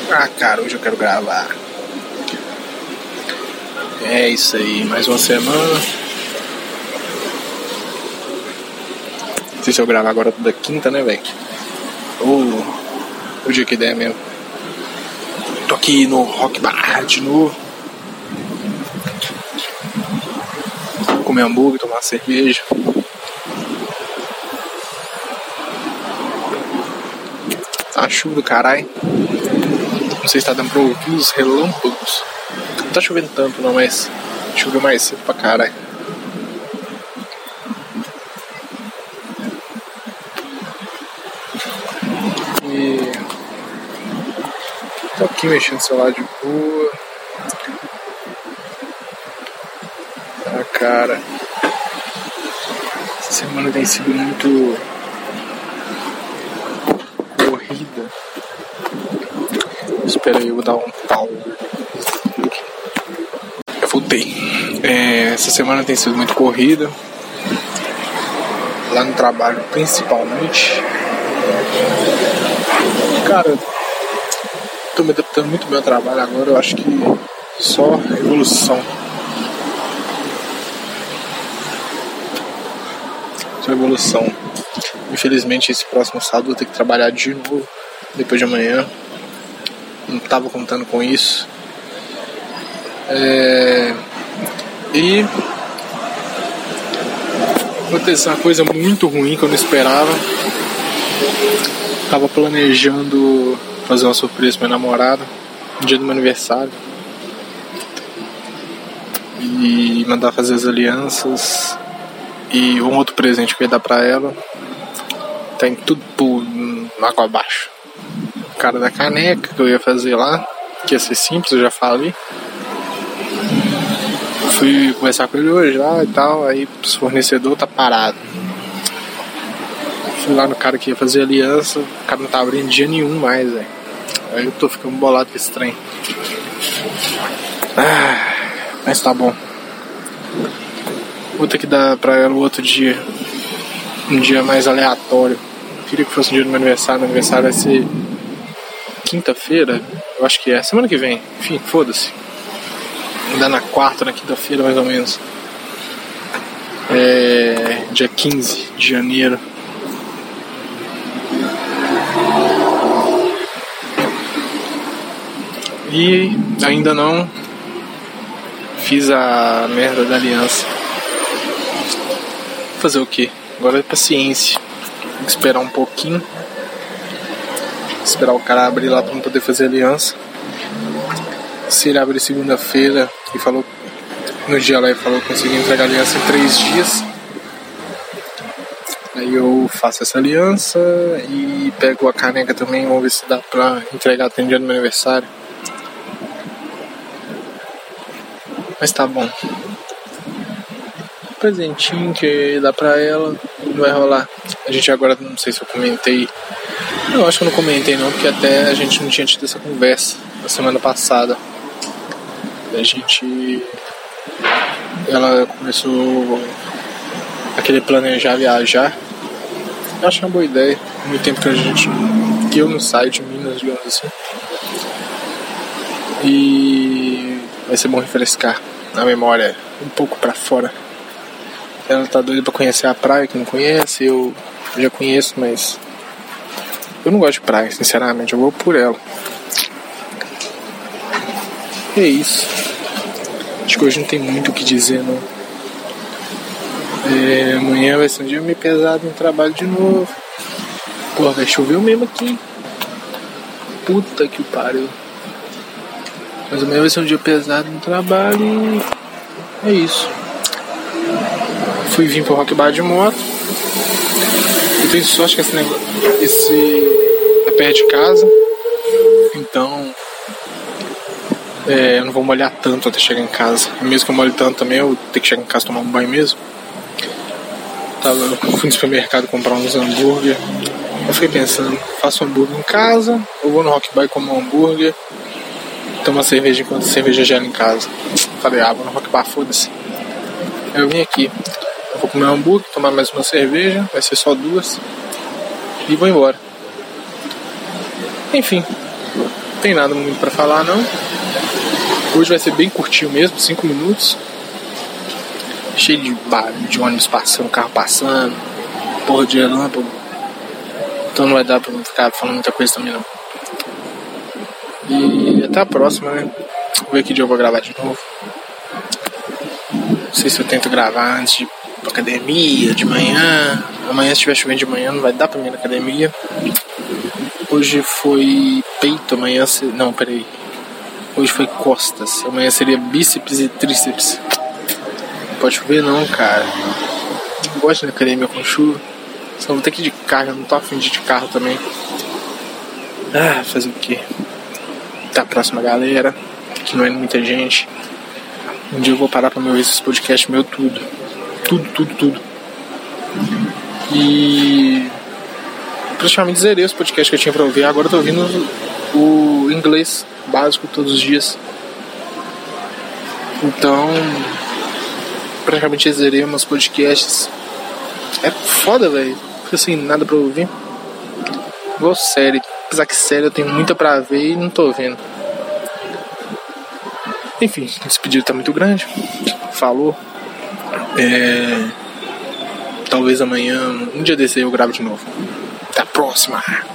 Ah, cara, hoje eu quero gravar. É isso aí, mais uma semana. Não sei se eu gravar agora da quinta, né, velho? Ou o dia que der mesmo. Tô aqui no Rock Bar de novo. Comer hambúrguer, tomar cerveja. Tá uma chuva do caralho. Não sei se tá dando pra ouvir os relâmpagos. Não tá chovendo tanto não, mas choveu mais cedo pra caralho. E tô aqui mexendo no celular de boa. Ah, cara, essa semana tem sido muito corrida. Espera aí, eu vou dar um pau. Eu voltei. Essa semana tem sido muito corrida. Lá no trabalho, principalmente. Cara, tô me adaptando muito bem ao trabalho agora. Eu acho que só evolução. Só evolução. Infelizmente, esse próximo sábado eu vou ter que trabalhar de novo. Depois de amanhã. Não tava contando com isso. E aconteceu uma coisa muito ruim que eu não esperava. Tava planejando fazer uma surpresa pra minha namorada no dia do meu aniversário e mandar fazer as alianças e um outro presente que eu ia dar pra ela. Tá em tudo por água abaixo. O cara da caneca que eu ia fazer lá, que ia ser simples, eu já falei. Fui conversar com ele hoje lá e tal, aí o fornecedor tá parado. Fui lá no cara que ia fazer aliança, o cara não tá abrindo dia nenhum mais, velho. Aí eu tô ficando bolado com esse trem. Mas tá bom. Vou ter que dar pra ela o outro dia. Um dia mais aleatório. Queria que fosse o dia do meu aniversário. Meu aniversário vai ser quinta-feira. Eu acho que é, semana que vem. Enfim, foda-se. Ainda na quarta, na quinta-feira mais ou menos. Dia 15 de janeiro. E ainda não fiz a merda da aliança. Fazer o que? Agora é paciência. Tem que esperar um pouquinho. Esperar o cara abrir lá pra não poder fazer aliança. Se ele abrir segunda-feira e falou no dia lá, ele falou que consegui entregar a aliança em 3 dias. Aí eu faço essa aliança e pego a caneca também. Vamos ver se dá pra entregar até o dia do meu aniversário. Mas tá bom. Presentinho que dá pra ela, não vai rolar. A gente agora, não sei se eu comentei. Eu acho que eu não comentei não, porque até a gente não tinha tido essa conversa na semana passada. Ela começou a querer planejar viajar. Eu acho uma boa ideia. Muito tempo que eu não saio de Minas, digamos assim. E vai ser bom refrescar a memória um pouco pra fora. Ela tá doida pra conhecer a praia, que não conhece. Eu já conheço, mas eu não gosto de praia, sinceramente. Eu vou por ela. E é isso. Acho que hoje não tem muito o que dizer, não. Amanhã vai ser um dia meio pesado no trabalho de novo. Porra, vai chover mesmo aqui. Puta que pariu. Mas amanhã vai ser um dia pesado no trabalho e é isso. Fui vir pro Rock Bar de moto. Eu tenho sorte que esse é perto de casa. Então eu não vou molhar tanto até chegar em casa. Mesmo que eu molhe tanto também, eu vou ter que chegar em casa e tomar um banho mesmo. Eu fui no supermercado comprar uns hambúrguer. Eu fiquei pensando, faço um hambúrguer em casa ou vou no Rock Bar e como um hambúrguer, tomar cerveja enquanto a cerveja gela em casa. Falei, vou no Rock Bar, foda-se. Eu vim aqui, eu vou comer um hambúrguer, tomar mais uma cerveja, vai ser só 2 e vou embora. Enfim, Não tem nada muito pra falar, não. Hoje vai ser bem curtinho mesmo, 5 minutos. Cheio de barulho, de ônibus passando, carro passando, porra de relâmpago. Então não vai dar pra ficar falando muita coisa também, não. E até a próxima, né? Vou ver que dia eu vou gravar de novo. Não sei se eu tento gravar antes de ir pra academia, de manhã. Amanhã, se estiver chovendo de manhã, não vai dar pra mim ir na academia. Hoje foi peito, amanhã... Não, peraí. Hoje foi costas. Amanhã seria bíceps e tríceps. Não pode chover não, cara. Não gosto de ir na academia com chuva. Só vou ter que ir de carro, eu não tô afim de ir de carro também. Ah, fazer o quê? Até a próxima, galera. Que não é muita gente. Um dia eu vou parar pra me ouvir esses podcasts meu tudo. Tudo. E... praticamente zerei os podcasts que eu tinha pra ouvir. Agora eu tô ouvindo o inglês básico todos os dias. Então... praticamente zerei meus podcasts. É foda, velho. Fico sem nada pra ouvir. Igual série. Apesar que série eu tenho muita pra ver e não tô vendo. Enfim, esse pedido tá muito grande. Falou. Talvez amanhã, um dia desse aí eu gravo de novo. Até a próxima.